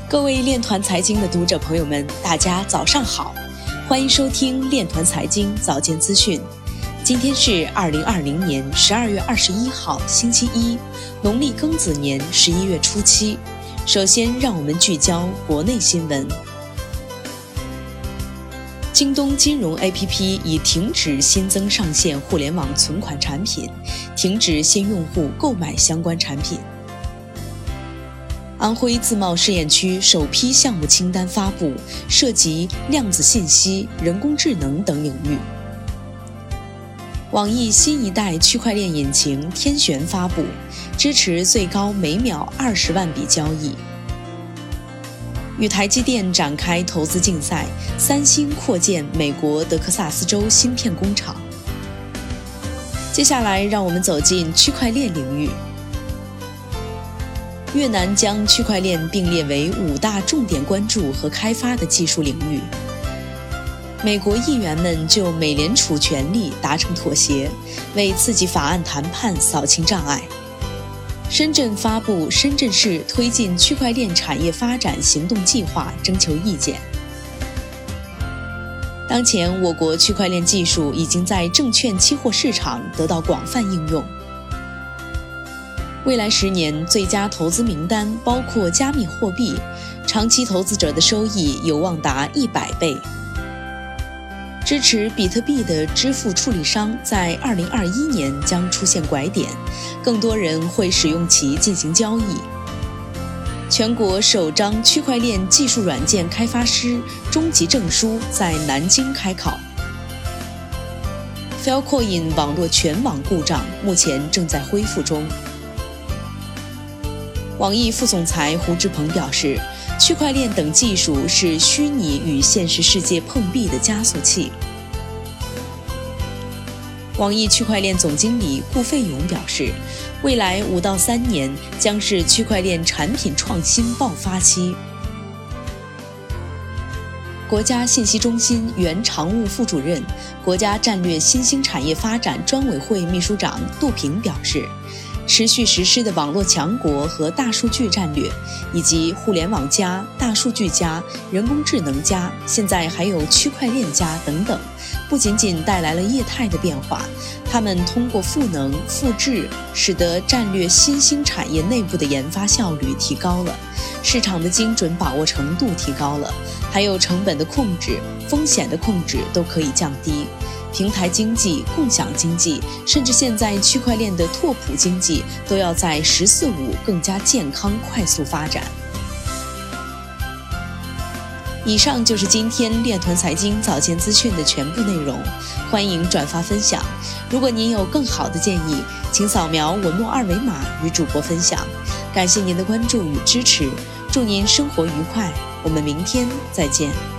各位链团财经的读者朋友们，大家早上好，欢迎收听链团财经早间资讯。今天是2020年12月21号，星期一，农历庚子年11月初七。首先，让我们聚焦国内新闻。京东金融 APP 已停止新增上线互联网存款产品，停止新用户购买相关产品。安徽自贸试验区首批项目清单发布，涉及量子信息、人工智能等领域。网易新一代区块链引擎天旋发布，支持最高每秒20万笔交易。与台积电展开投资竞赛，三星扩建美国德克萨斯州芯片工厂。接下来，让我们走进区块链领域。越南将区块链并列为5大重点关注和开发的技术领域。美国议员们就美联储权力达成妥协，为刺激法案谈判扫清障碍。深圳发布深圳市推进区块链产业发展行动计划，征求意见。当前，我国区块链技术已经在证券期货市场得到广泛应用。未来10年最佳投资名单包括加密货币，长期投资者的收益有望达100倍。支持比特币的支付处理商在2021年将出现拐点，更多人会使用其进行交易。全国首张区块链技术软件开发师中级证书在南京开考。Filecoin 网络全网故障，目前正在恢复中。网易副总裁胡志鹏表示，区块链等技术是虚拟与现实世界碰壁的加速器。网易区块链总经理顾费勇表示，未来5到3年将是区块链产品创新爆发期。国家信息中心原常务副主任、国家战略新兴产业发展专委会秘书长杜平表示，持续实施的网络强国和大数据战略，以及互联网加、大数据加、人工智能加，现在还有区块链加等等，不仅仅带来了业态的变化，他们通过赋能、复制，使得战略新兴产业内部的研发效率提高了，市场的精准把握程度提高了，还有成本的控制、风险的控制都可以降低。平台经济、共享经济，甚至现在区块链的拓扑经济，都要在“14+5”更加健康快速发展。以上就是今天链团财经早间资讯的全部内容，欢迎转发分享。如果您有更好的建议，请扫描文末2维码与主播分享。感谢您的关注与支持，祝您生活愉快，我们明天再见。